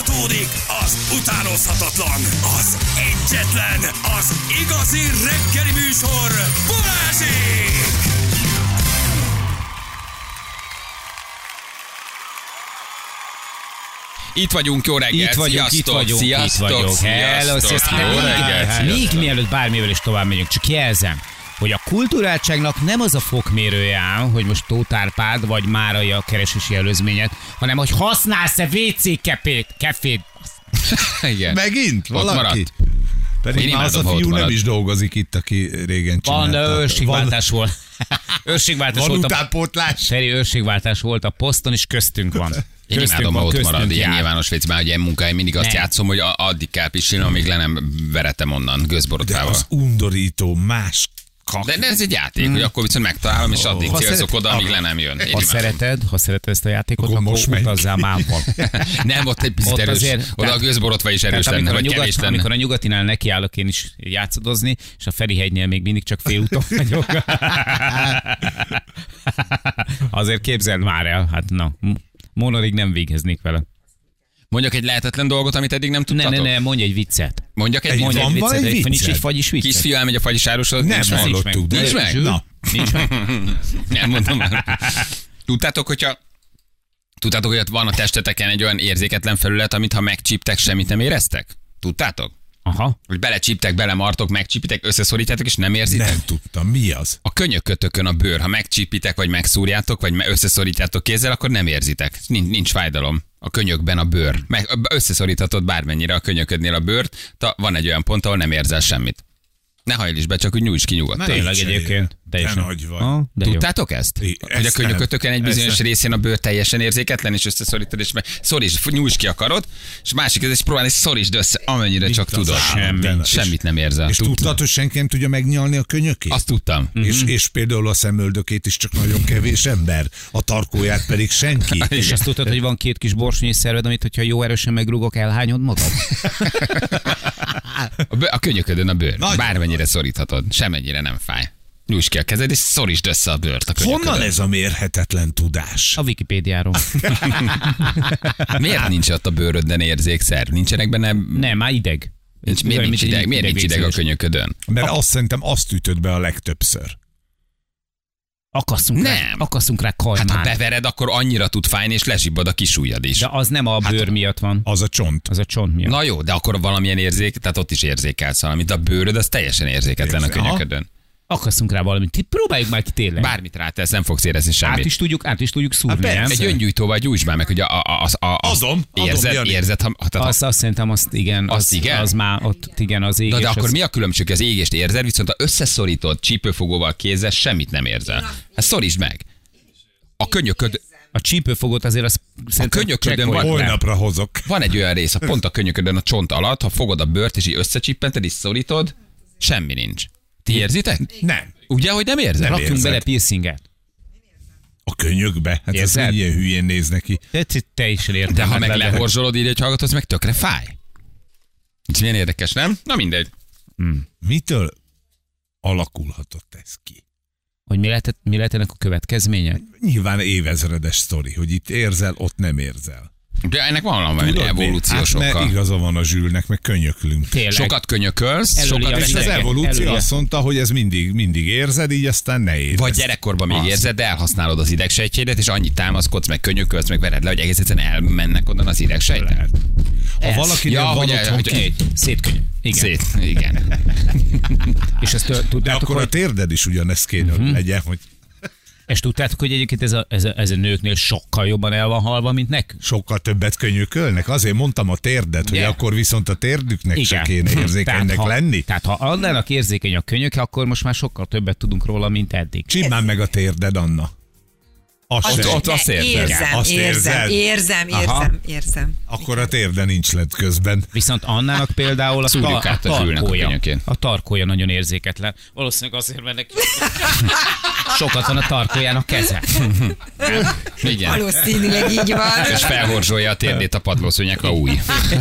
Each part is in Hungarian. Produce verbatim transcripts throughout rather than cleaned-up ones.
Folytatódik az utánozhatatlan, az egyetlen, az igazi reggeli műsor, Balázsék! Itt vagyunk, jó reggelt, itt vagyunk, sziasztok, itt vagyunk, sziasztok, itt vagyunk. Hello, sziasztok, sziasztok. jó Még, reggelt, még sziasztok. mielőtt bármivel is tovább megyünk, csak jelzem, hogy a kulturáltságnak nem az a fokmérője áll, hogy most Tóth Árpád vagy Márai a keresési előzményet, hanem hogy használsz-e vé cé kepét, kefét. Igen. Megint? Ott Valaki? maradt. Pedig Én már az imádom, a ha ott fiú nem marad. is dolgozik itt, aki régen Van, de csinálta. őrségváltás volt. Őrségváltás Van volt a... utánpótlás. Feri, őrségváltás volt a poszton, és köztünk van. Én Köztünk imádom, ha van, ott köztünk marad, ilyen jár. nyilvános vécé, már hogy ilyen munkáim mindig azt Nem. játszom, hogy a- addig kell pisilni, amíg le nem veretem onnan De gőzborotával. az undorító más kak. De, de ez egy játék, hogy akkor viszont megtalálom, és addig Ha célzok szeret- oda, amíg le nem jön. Én Ha imádom. szereted, ha szereted ezt a játékot, Akkor akkor, most akkor menj. utazzál Mámban. Nem, ott egy picit Ott erős. azért- Oda tehát- a gőzborotva is erős Tehát lenne, amikor, a vagy nyugat, kevés lenne. amikor a nyugatinál nekiállok én is játszadozni, és a Ferihegynél még mindig csak félúton vagyok. Azért képzeld már el, hát na, monorig nem végeznék vele. Mondjak egy lehetetlen dolgot, amit eddig nem Ne, tudtatok? ne, ne, mondj egy viccet. Mondjak egy Egy- Mondj van- egy van viccet, egy egy nincs vicced? egy fagyis viccet. Kisfiú elmegy a fagyisároshoz. Nem nincs meg. hallottuk. de- Nincs meg? Na, Nincs meg? Nem mondom már. Tudtátok, hogyha Tudtátok, hogy ott van a testeteken egy olyan érzéketlen felület, amit ha megcsíptek, semmit nem éreztek? Tudtátok? Aha. Hogy belecsíptek, belemartok, megcsípitek, összeszorítjátok, és nem érzitek? nem tudtam. Mi az? A könyökötökön a bőr, ha megcsípitek, vagy megszúrjátok, vagy me- összeszorítjátok kézzel, akkor nem érzitek. Nincs, nincs fájdalom. A könyökben a bőr. Meg összeszoríthatod bármennyire a könyöködnél a bőrt, ta van egy olyan pont, ahol nem érzel semmit. Ne hajlíts be, csak úgy nyújts ki nyugodtan. Tényleg Nincs egyébként. ilyen. Teljesen. Te nagy vagy. Ah, de jó. Tudtátok ezt? I- hogy a ezt könyökötökön egy nem. bizonyos Ezt nem. részén a bőr teljesen érzéketlen, és összeszorítod, és meg szoríts, nyújts ki a karod, és másik ez, és próbálj, és szorítsd össze, amennyire csak az tudod. állam, de- és- Semmit nem érzel. És Tudtam. tudtad, hogy senki nem tudja megnyalni a könyökét? Azt tudtam. És, és például a szemöldökét is csak nagyon kevés ember, a tarkóját pedig senki. És azt tudtad, hogy van két kis borsonyi szerved, amit, hogyha jó erősen megrúgok, elhányod magad? A, bő, a könyöködön a bőr. Nagyon Bármennyire szoríthatod. Semennyire nem fáj. Nyújts ki a kezed, és szorítsd össze a bőrt a könyöködön. Honnan ez a mérhetetlen tudás? A Wikipédiáról. Miért nincs ott a bőrödben érzékszer? Nincsenek benne... Nem, már ideg. Nincs, miért nincs ideg? Miért nincs ideg a könyöködön? Mert azt szerintem azt ütöd be a legtöbbször. Akasszunk rá, Nem. akasszunk rá Hát ha kajmán. bevered, akkor annyira tud fájni, és lezsibbad a kisujjad is. De az nem a bőr miatt van, Az a csont. az a csont miatt. Na jó, de akkor valamilyen érzék, tehát ott is érzékelsz valamit. A bőröd az teljesen érzéketlen a Érzé- könyöködön. Akasszunk rá valamit. Ti próbáljuk már ki tényleg. Bármit rátesz, nem fogsz érezni át semmit. is tudjuk, át is tudjuk szúrni, Hát nem? persze. Egy öngyújtóval gyújts már meg, hogy a, a, a, a, a, Adom, adom, érzed, Jani. érzed, ha, ha, tehát, Azt, azt szerintem azt igen, Azt az, igen? az már ott igen az égés. na, de akkor az... mi a különbség? Az égést érzed, viszont ha összeszorítod csípőfogóval kézzel, semmit nem érzel. Hát szorítsd meg. A könyököd, A csípőfogót azért az szerintem könyöködön csekkoljuk van- le. Holnapra hozok. van egy olyan rész, a pont a könyöködön a csont alatt, ha fogod a bőrt, és így összecsippented, és szorítod, semmi nincs. Ti érzitek? Nem. Ugye, hogy nem érzed? Rakjunk érzed. bele piercinget. A könyökbe? Hát ez Érzed? ilyen hülyén néz neki. De te, te is érted. De ha meg le- lehorzsolod, így, hogy hallgatod, az meg tökre fáj. Ez milyen érdekes, nem? Na mindegy. Mitől alakulhatott ez ki? Hogy mi lehet, mi lehet ennek a következménye? Nyilván évezredes sztori, hogy itt érzel, ott nem érzel. De ennek van valami Tudod, evolúciós hát, mert oka. igaza van a Zsülnek, meg könyöklünk. Tényleg. Sokat könyökölsz, Előli sokat a És az idegen, evolúció előli a- azt mondta, hogy ez mindig, mindig érzed, így aztán ne érezd. vagy gyerekkorban még Azt. érzed, de elhasználod az idegsejtjeidet, és annyit támaszkodsz, meg könyökölsz, meg vered le, hogy egész egyszerűen elmennek onnan az idegsejtek. Ha valakinél Ja, van hogy el- otthon hogy- ki, Egy, szétkönyv. Igen. Szét, igen. És ezt de tudtátok, akkor a hogy, térded is ugyanezt kéne, hogy legyen, hogy és tudtátok, hogy egyébként ez a, ez, a, ez a nőknél sokkal jobban el van halva, mint nekünk? sokkal többet könyökölnek. Azért mondtam a térdet, hogy Igen. akkor viszont a térdüknek se kéne érzékenynek tehát, ha, lenni. Tehát ha annának érzékeny a könyöke, akkor most már sokkal többet tudunk róla, mint eddig. Csináld meg a térded, Anna. Azt Ott- se. ott azt érzed. Érzem, Azt érzem, érzed? érzem, Aha. érzem, érzem. Akkor a térde nincs lett közben. Viszont Annának például a, Szúrjuk tar- a át a Zsülnek a tarkója, könyökén. a tarkója nagyon érzéketlen. Valószínűleg azért, mert neki sokat van a tarkóján a keze. Igen. Valószínűleg így van. És felhorzsolja a térdét a padlószőnyek, a új.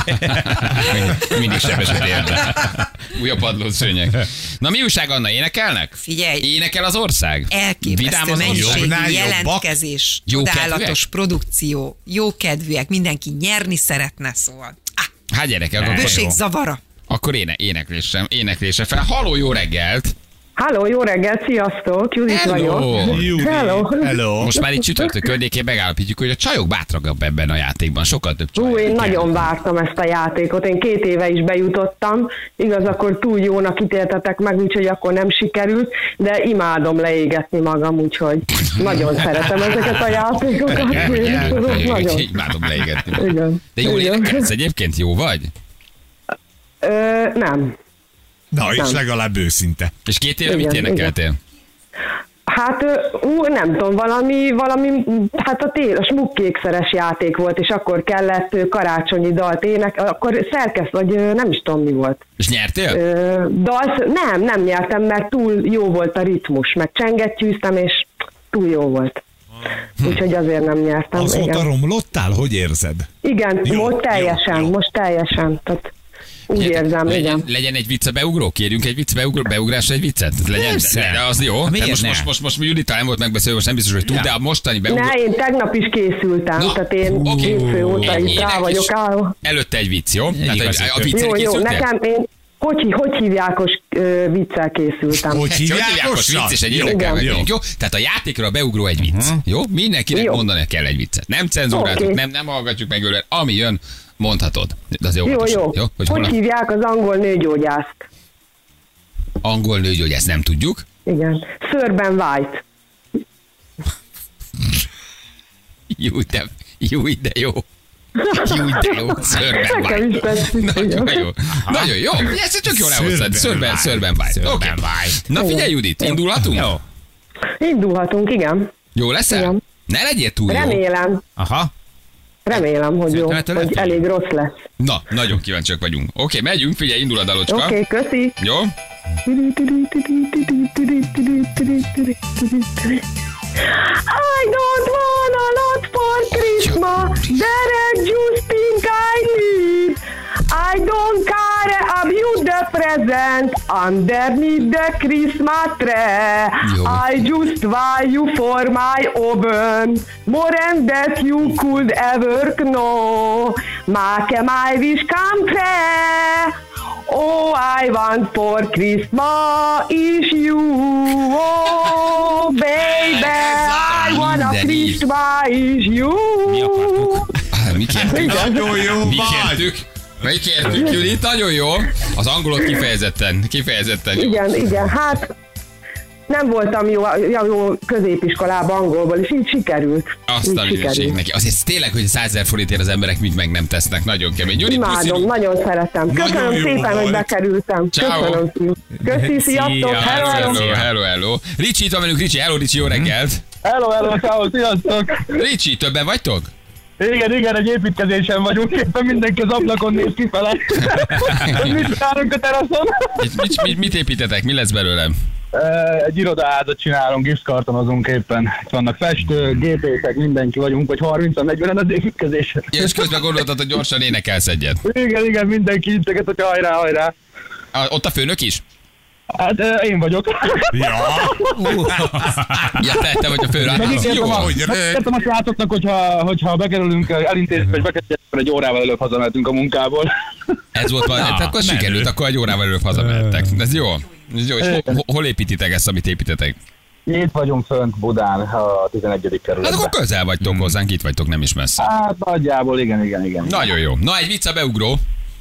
Mindig sebes a térde. Új a padlószőnyek. Na mi újság, Anna, énekelnek? Figyelj. Énekel az ország? Vidám Elképesztő az mennyiségű Jobbnál jobbak? jelentkező rendezés, Jó csodálatos kedvűek? produkció, jókedvűek, mindenki nyerni szeretne, szóval. Ah, Hát gyerekek, akkor, község zavara. akkor éne, éneklésem, éneklésem fel. Halló, jó reggelt! Halló, jó reggelt, sziasztok, Judit vagyok. Júli. Hello. Hello. Most már itt csütörtök környékén megállapítjuk, hogy a csajok bátragabb ebben a játékban. Sokkal több csaj. Hú, én kell. nagyon vártam ezt a játékot, én két éve is bejutottam, igaz, akkor túl jónak ítéltetek meg, úgyhogy akkor nem sikerült, de imádom leégetni magam, úgyhogy nagyon szeretem ezeket a játékokat. Én nagyon. Imádom leégetni. Igen. De jól Igen. énekelsz egyébként? Jó vagy? Ö, nem. Na, és Nem. legalább őszinte. És két éve Igen, mit énekeltél? Hát, ö, ú, nem tudom, valami, valami, hát a tél, a smukkékszeres játék volt, és akkor kellett ö, karácsonyi dalt ének, akkor szerkeszt, vagy ö, nem is tudom mi volt. És nyertél? Ö, dal, nem, nem nyertem, mert túl jó volt a ritmus, meg csengettyűztem, és túl jó volt. Úgyhogy azért nem nyertem. Azóta Igen, romlottál? Hogy érzed? igen Jó, most teljesen, jó, jó. most teljesen. Tehát úgy Legyen- érzem, legyen, igen. legyen egy vicc a beugró? Kérjünk egy vicc beugró, beugrásra egy viccet? Legyen, Persze. de az jó. Miért Tehát most, ne? most, most, most Judita nem volt megbeszélve, most nem biztos, hogy tud, Ja. de a mostani beugró... Ne, én tegnap is készültem, Na, tehát én oké. hétfő óta Én itt rá ének vagyok is. állva. Előtte egy vicc, jó? Hát igazi a, a kö- viccre Jó, jó, készültél? nekem én hogy, hogy hívjákos ö, viccel készültem. Hogy Hogy hívják? hívjákos vicc, és egy Jó, énekel meg jó. vagyunk, jó? Tehát a játékra a beugró egy vicc, jó? Mindenkinek Jó. mondani kell egy viccet. Nem cenzúráltuk, Oké. nem, nem hallgatjuk meg őle. Ami jön, mondhatod. De az jó, Jó, jó. jó? Hogy Hogy holnap hívják az angol nőgyógyászt? angol nőgyógy, ezt nem tudjuk. Igen. Szörben White. Jó, de jó, de jó. Jó, de jó. Szörben Nekem is vagy. tetszik. Nagyon jó. Nagyon jó. Ezt csak jól elhoztad. Szörben, szörben vagy. Oké. Szörben vagy. Na figyelj, Judit, indulhatunk? Jó. Indulhatunk, igen. Jó leszel? Igen. Ne legyél túl jó. Remélem, Aha. remélem, hogy jó, Szerintem ettől hogy lehet, elég rossz lesz. Na, nagyon kíváncsiak vagyunk. Oké, megyünk, figyelj, indul a dalocska. Oké, okay, köszi. Jó? I don't want a lot for Christmas, there are just things I need. I don't care about the present underneath the Christmas tree. Jó. I just buy you for my oven, more than that you could ever know. Make my wish come true. Oh, I want for Christmas is you. Oh, baby, I want a Minden így. Christmas is you. Ah, Mi kértük? Nagyon jó Mi vagy! kértük? Mi kértük, Judit? Nagyon jó. Az angolot kifejezetten, kifejezetten jó. Igen, igen, hát nem voltam jó, jó, jó középiskolában angolból, és így sikerült. Azt Így a hülyeség neki. Azért tényleg, hogy százezer forintért az emberek mit meg nem tesznek. Nagyon kemény. Judit, Imádom, puszilunk. nagyon szeretem. Köszönöm Nagyon jó szépen, hogy volt. bekerültem. Ciao. Köszönöm szépen. Köszi, sziasztok, Szia. hello, hello. Hello, hello, hello. Ricsi, itt van velünk, Ricsi. Hello, Ricsi, jó reggelt. Hello, hello, ciao, sziasztok! Ricsi, többen vagytok? Igen, igen, egy építkezésen vagyunk, éppen mindenki az ablakon néz kifele. Hogy mit csinálunk a teraszon? Mit, mit, mit, mit építetek? Mi lesz belőlem? Ö, Egy irodaházat csinálunk, gipszkartonozunk éppen. Itt vannak festő, gépészek, mindenki vagyunk, vagy harminc-negyvenen az építkezésen. És közben gondoltad, hogy gyorsan énekelsz egyet. Igen, igen, mindenki integet, hogy hajrá, hajrá. A, ott a főnök is? Hát ö, én vagyok. Ja, Ja, te, te vagy a főnök. Hát, az jó. Megígértem a, hogy- megígértem a srácoknak, hogyha, hogyha bekerülünk, elintézzük, vagy bekerülünk, akkor egy órával előbb hazamehetünk a munkából. Ez volt valami, Na, hát akkor menő. sikerült, akkor egy órával előbb hazamehettek. Ez jó. Ez jó. És ho, ho, hol építitek ezt, amit építetek? Itt vagyunk fönt Budán, a tizenegyedik Hát kerületben. akkor közel vagytok hozzánk, itt vagytok, nem is messze. Hát nagyjából, igen, igen, igen. Nagyon jó. Na, egy vicc a beugró.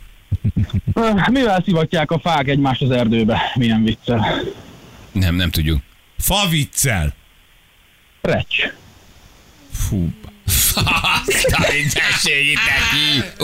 Ö, Mivel szivatják a fák egymást az erdőbe? Milyen viccel? Nem, nem tudjuk. fa viccel. Recs. Fú. Azt a viccesség itt neki.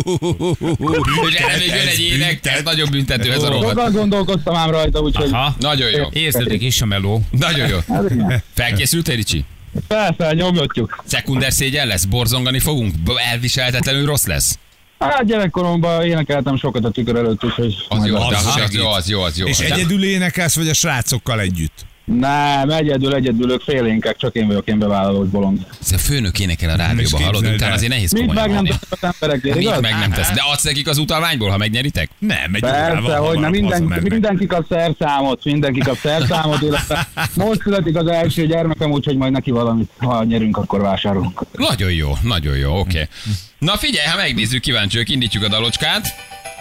Uh, és erre még jön egy ének, ez nagyon büntető ez a rovat. Sokat gondolkoztam ám rajta, úgyhogy Aha. Nagyon jó. Érződik is a meló. Nagyon jó. hát igen. Felkészültél, Ricsi? Persze, nyomjatjuk. Szekunder szégyen lesz? Borzongani fogunk? B- Elviselhetetlenül rossz lesz? Hát gyerekkoromban énekeltem sokat a tükör előtt, úgyhogy... Az majd jó, lesz. de az, Az az segít. jó, az jó, az jó. És Az- egyedül énekelsz, vagy a srácokkal együtt? Nem, egyedül, egyedül, ők félénkek, csak én vagyok én bevállalós bolond. Ez a főnök énekel a rádióban, hallod, képzeld utána el. azért nehéz Mit komolyan meg nem venni. tudtak az emberek, Mit igaz? meg nem tesz? De adsz nekik az utalványból, ha megnyeritek? Nem, egy órával Persze, hogy nem, hamarabb minden, hazamennek. mindenki kap szerszámot, mindenki kap szerszámot, illetve most születik az első gyermekem, úgyhogy majd neki valamit, ha nyerünk, akkor vásárolunk. Nagyon jó, nagyon jó, oké. Okay. Na figyelj, ha megnézzük, kíváncsiak, indítjuk a dalocskát.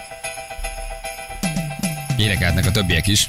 Énekelhetnek a többiek is.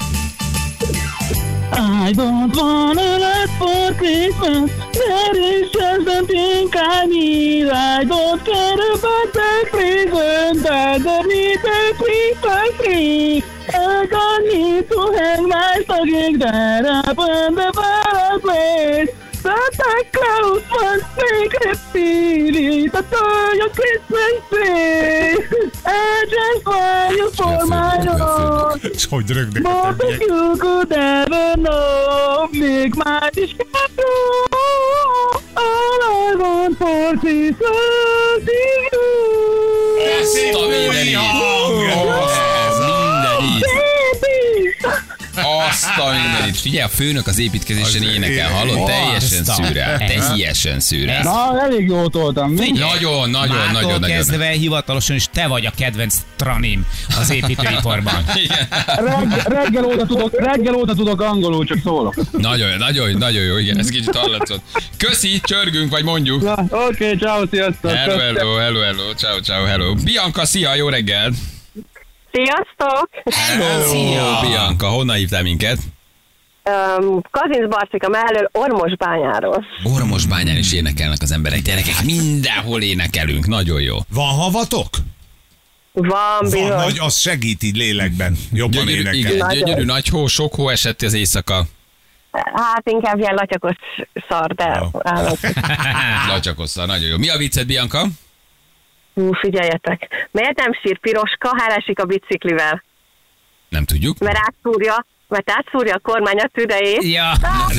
I don't wanna let for Christmas. There is just something I need. I don't care about the present. I don't need a Christmas tree. I don't need to hang my stocking there up on the fireplace. Santa Claus must make a feeling to throw your Christmas tree. I just want you for my own. És hogy rögnek a More than többiek. you could ever know. Make my wish come true. All I want for Christmas is you. Ezt a mindenit! Azt a mindenit! Baby. Azt a mindenit! Figyelj, a főnök az építkezésen Az- énekel, hallod? Teljesen Azt a- szűrel, teljesen szűrel. Na, elég jó toltam. Nagyon, nagyon, nagyon, Mától nagyon. kezdve hivatalosan is te vagy a kedvenc tranim az építőiparban. Reg, reggel, óta tudok, reggel óta tudok angolul, csak szólok. Nagyon, nagyon, nagyon jó, igen, ez kicsit hallatszott. Köszi, csörgünk, vagy mondjuk. Na, oké, okay, ciao, sziasztok. Hello, hello, hello, hello, ciao, ciao, hello. Bianca, szia, jó reggel! Sziasztok! Szia! Bianca, honnan hívtál minket? Um, Kazinc Barcika mellől Ormosbányáról. Ormosbányán is énekelnek az emberek, gyerekek, mindenhol énekelünk, nagyon jó. Van havatok? Van Van, bizony. nagy, az segít így lélekben. Jobban Gyönyörű, énekel. igen, Nagyon. gyönyörű, nagy hó, sok hó esett az éjszaka. Hát inkább ilyen latyakos szar, de állok. Lacsakosszal, nagyon jó. Mi a vicced, Bianca? Hú, figyeljetek. Miért nem sír Piroska, ha elesik a biciklivel? Nem tudjuk. Mert átszúrja, mert átszúrja a kormány a tüdejét. Ja,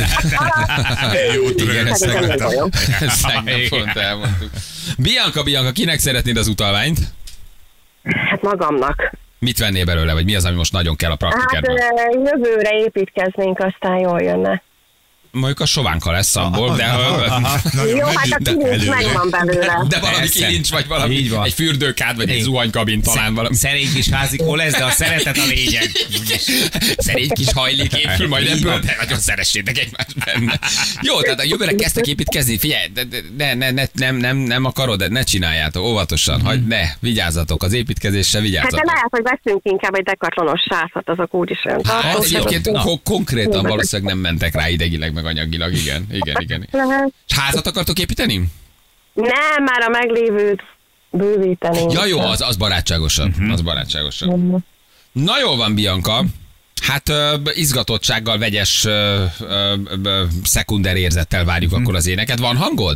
Jót Igen, rögnek ezt Ez tegnap, nagyon ezt tegnap pont elmondtuk. Bianca, Bianca, kinek szeretnéd az utalványt? Hát magamnak. Mit vennél belőle, vagy mi az, ami most nagyon kell a Hát praktikádban? ö, jövőre építkeznénk, aztán jól jönne. Mondjuk a sovánka lesz abból, de, Jó, hát a kilincs megvan belőle. de valami Persze. kilincs, vagy valami, Így van. egy fürdőkád, vagy egy Így. zuhanykabin, talán valami. szerény kis házikó lesz, de a szeretet a lényeg. Szerény kis hajlék épül majd Így ebből, van. de nagyon szeressétek egymást benne. Jó, tehát a jövőre kezdtek építkezni, figyelj, de, de, de, ne, ne, nem, nem, nem akarod, de ne csináljátok, óvatosan, hagyd, ne, vigyázzatok, az építkezésre Hát de vigyázzatok. lehet, hogy veszünk inkább egy dekatlonos sázat, azok úgyis olyan Hát tartósak. egyébként ko- konkrétan valószínűleg nem mentek rá idegileg, meg anyagilag, igen, igen, igen. Lehet. És házat akartok építeni? Nem, már a meglévőt bővíteni. Ja jó, az, az barátságosabb, az barátságosabb. Na jól van, Bianca. Hát ö, izgatottsággal, vegyes ö, ö, ö, szekunder érzettel várjuk akkor az éneket. Van hangod?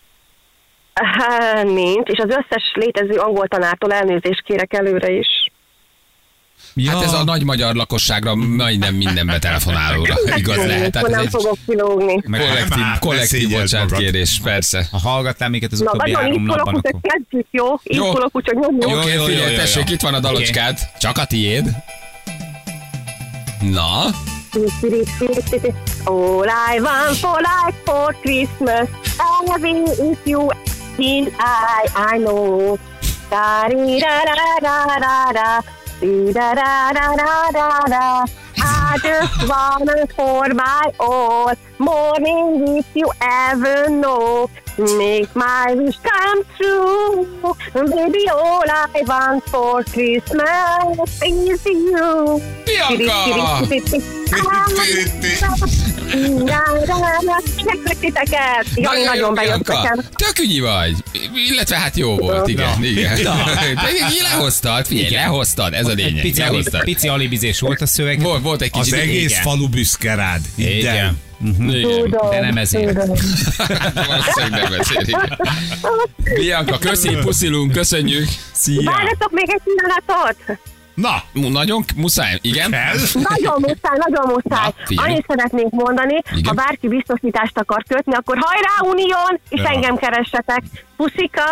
Hát, nincs, és az összes létező angol tanártól elnézést kérek előre is. Ja. Hát ez a nagy magyar lakosságra majdnem mindenbe telefonálóra igaz lehet. Tehát Akkor ez nem egy fogok kilógni. kollektív, Már kollektív ne szégyeld bocsánatkérés, persze. Ha hallgattál minket az Na, utóbbi nagyon három napban, izgulok, akkor... úgyhogy kezdjük, jó? Jó. Izgulok, úgyhogy nyomjuk. Oké, jó, jó, figyelj, jó, jó. tessék, itt van a dalocskád. Csak a tiéd. Na? All I want for life for Christmas, having is you in I, I know. Da da da da da da, da da da da da da. I just wanna for my all, morning if you ever know. Make my wish come true, baby. All I want for Christmas is you. Bianca! Köszönjük titeket! Jaj, nagyon bejött nekem. Tök ügyi vagy. Illetve hát jó volt, igen, igen. De lehoztad, figyelj, lehoztad, ez a lényeg. Pici, ali, Lehoztad. pici alibizés volt a szöveg. Volt, volt egy Az kicsit. egész igen. falu büszke rád. Igen. Igen. Igen. De nem ezért. Tudom. Valószínűleg nem ezért, igen. Bianca, köszi, puszilunk, köszönjük. Szia! Várjatok még egy pillanatot! Na, Mu- Nagyon muszáj, igen. kell. Nagyon muszáj, nagyon muszáj. Na, figyelj. Annyit szeretnék mondani, Igen. ha bárki biztosítást akar kötni, akkor hajrá Unión, és Ja. engem keressetek. Puszika!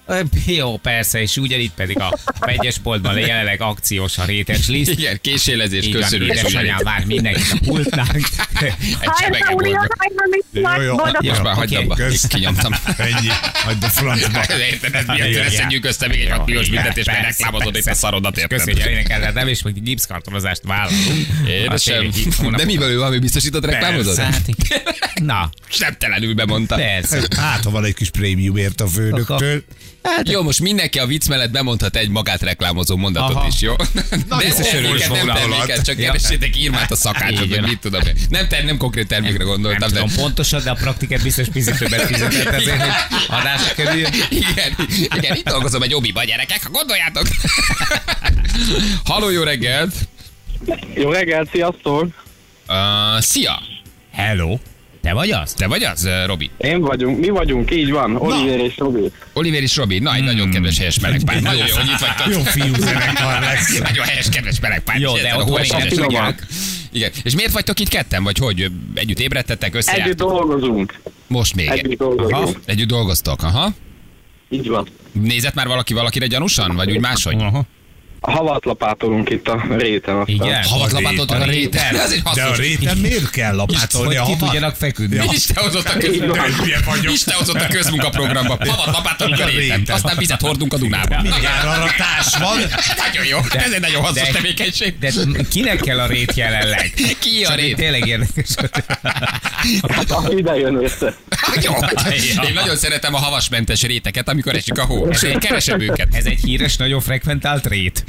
Jó, persze, és ugyanitt pedig a vegyesboltban jelenleg akciós a rétes liszt. Igen, késélezés, Így van, köszönjük. édesanyám vár mindenkit a pultnál. Egy csebege volt. Jó, jó. Most már hagyd abba, kösz. kinyomtam. Ennyi, hagyd a francba. Érted, miért összegyűjk össze még egy aktív büntetés, mert reklámozod itt a szarodat, érted? Köszönjük, énekeled, nem, és még gipszkartonozást vállalunk. Édesem, de mivel ő valami biztosított reklámozod? Persze, hát így- Na, Septelenül bemondta. persze. Hát, ha van egy kis prémiumért a főnöktől. Jó, most mindenki a vicc mellett bemondhat egy magát reklámozó mondatot Aha. is, jó? De jó, ez örülök nem volna terméket, alatt. csak keressétek írmát a szakácsot, Így hogy van. mit tudom én. Nem, ter, nem konkrét termékre gondoltam, Nem de... tudom pontosan, de a praktikát biztos picit többet fizetett ezért, hogy adásra kerüljön. Igen, igen, itt dolgozom egy obiba, gyerekek, ha gondoljátok. Halló, jó reggelt! Jó reggelt, sziasztok! Uh, szia! Hello. Te vagy az? Te vagy az, uh, Robi? Én vagyunk, mi vagyunk, így van, Oliver és Robi. Oliver és Robi, na, egy nagyon kedves helyes melegpár. Nagyon jó, hogy itt vagytok. Jó fiú zenekar lesz. Nagyon helyes, kedves melegpár. Jó, de Érted, a ott hóes van édes egy reggel. Igen, és miért vagytok itt ketten, vagy hogy? Együtt ébredtetek, Együtt összejártok? dolgozunk, Most még. együtt dolgozunk. Aha, együtt dolgoztok, aha. Így van. Nézett már valaki valakire gyanúsan, vagy úgy máshogy? Aha. Havatlapátolunk itt a réten. Aztán. Igen? Havatlapátoltok a réten? Ez egy De a hasznos. réten miért kell lapátolni a Hogy ki havat? tudjanak feküdni. Ja. Isten hozott a, köz... Isten hozott a közmunkaprogramba. Havat lapátolunk a réten, aztán vizet hordunk a Dunába. Mindjárt aratás van. Nagyon jó, ez egy nagyon hasznos de- tevékenység. De kinek kell a rét jelenleg? Ki a Csak rét? tényleg érdekes. Aki ide jön össze. Jó, én nagyon szeretem a havasmentes réteket, amikor esik a hó. És én keresem őket. Ez egy híres, nagyon frekventált rét.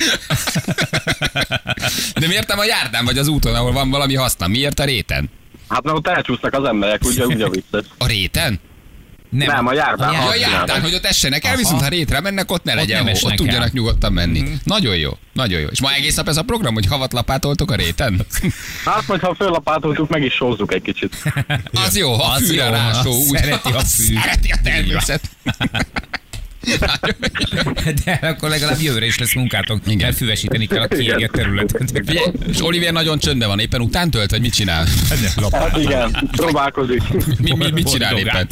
De miért nem a járdán vagy az úton, ahol van valami haszna? Miért a réten? Hát mert ott elcsúsznak az emberek, ugye, ugye vicces. A réten? Nem, a járdán. Ja, a azt járdán, csinálnak. hogy ott essenek el, Aha. viszont ha rétre mennek, ott ne legyen nem hó, ott esnek tudjanak el. nyugodtan menni. Nagyon jó, nagyon jó. És ma egész nap ez a program, hogy havat lapátoltok a réten? Hát, majd ha föllapátoltuk, meg is sózzuk egy kicsit. Az jó, a Az fűre jó, rásó. úgy. szereti a fű. Szereti a természet. De akkor legalább jövőre is lesz munkátok. Igen. Mert füvesíteni kell a kiégett területet. Figyelj, és Oliver nagyon csöndben van, éppen után tölt, vagy mit csinál? Hát igen, próbálkozik. Mi, mi, mit csinál éppen?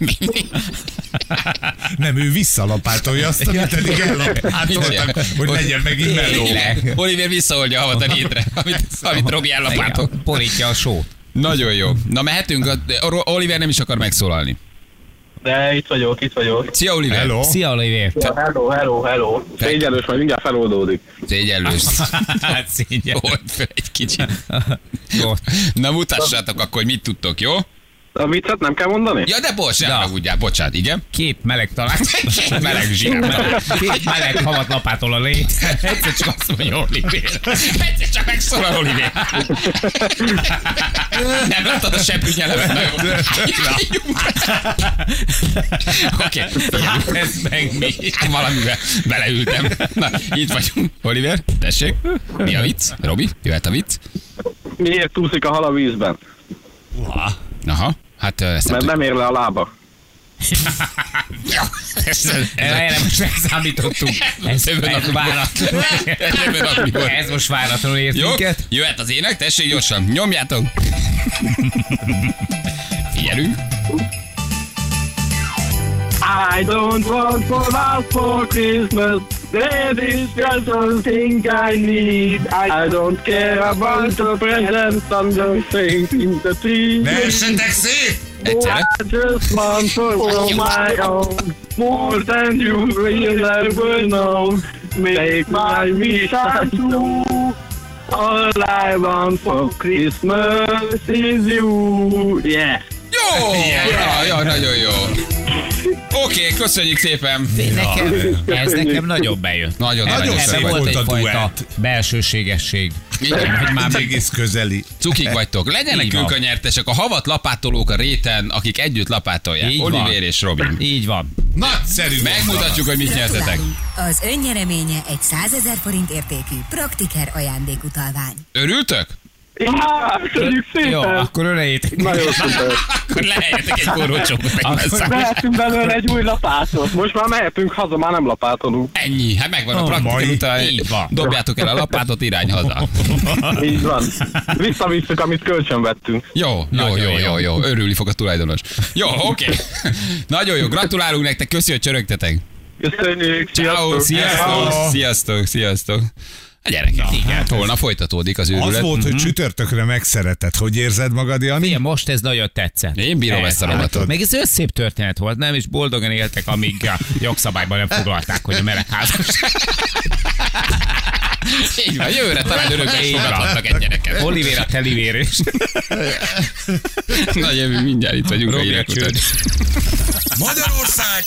Nem, ő visszalapátolja azt, amit eddig ellapátoltak, hogy legyen megint meló. Tényleg. Oliver visszaoldja a havat a rétre, amit, amit Robi ellapátol. Porítja a sót. Nagyon jó. Na mehetünk, a, Oliver nem is akar megszólalni. De itt vagyok, itt vagyok. Szia Oliver! Hello. Szia, Oliver. Ja, hello, hello, hello. Szégyelős, majd mindjárt feloldódik. Szégyellős. Hát szégyen. Old föl egy kicsit. Jó. Na mutassátok akkor, hogy mit tudtok, jó? A viccet nem kell mondani? Ja, de bocs, nem Ja. ragudjál, bocsánat, igen? Két meleg talán. Meleg zsír. Két meleg havat lapától a lét. Egyszer csak azt mondja, Oliver. Egyszer csak megszólal Oliver. Nem láttad a seprű nyelemet? Na jó. Oké. Ez meg mi? Valamivel beleültem. Na, itt vagyunk. Oliver, tessék. Mi a vicc? Robi, jöhet a vicc. Miért úszik a hal a vízben? Aha, hát ezt nem Mert nem ér le a lába. Ja, ez, Erre most megszámítottuk. Ez, Jövő ez nap váratlanul. Jövő nap mikor? Ez most váratlanul ért Jó? minket. Jöhet az ének, tessék gyorsan, nyomjátok. Figyelünk. I don't want for us for Christmas. That is just something I need. I, I don't care about the presents and the things in the tree. Ne essetek szét! Egyszerre. I just want for my own. More than you will ever know. Make my wish come true. All I want for Christmas is you. Yeah. Jó! Ja, ja, nagyon jó. Oké, okay, köszönjük szépen. Nekem, ez nekem nagyon bejött. Nagyon, Ebben nagyon ebben szép volt volt a egyfajta duett. belsőségesség. Igen. Hogy már Egész közeli. Cukik vagytok. Legyenek Így van. ők a nyertesek, a havat lapátolók a réten, akik együtt lapátolják. Így van. Oliver és Robin. Így van. Nagyszerű. Megmutatjuk, hogy mit nyertetek. Az önnyereménye egy százezer forint értékű Praktiker ajándékutalvány. Örültök? Ja, köszönjük Jó, szépen. akkor ölejétek. Nagyon szuper. Akkor leheljetek egy forró csókot meg. Vehetünk belőle egy új lapátot. Most már mehetünk haza, már nem lapátolunk. Ennyi, hát megvan a Oh, praktika mai. után. Így van. Dobjátok el a lapátot, irány haza. Így van. Visszavisszük, amit kölcsön vettünk. Jó, jó, Nagyon jó, jó. jó, jó. Örülni fog a tulajdonos. Jó, oké. Nagyon jó, gratulálunk nektek, köszi, hogy csörögtetek. Köszönjük. Ciao, sziasztok, sziasztok, sziasztok. A gyerekek, igen, hát holnap folytatódik az őrület. Az volt, hogy csütörtökre megszeretett. Hogy érzed magad, Jani? Igen, most ez nagyon tetszett. Én bírom ezt a robotot. Meg ez összép történet volt, nem? És boldogan éltek, amíg a jogszabályban nem foglalták, hogy a melegházasság. Így van, jövőre talán örökben fogadhatnak egy gyereket. Olivera Telivér és... Na jövő, mindjárt itt vagyunk a Robi a hírek után. Magyarország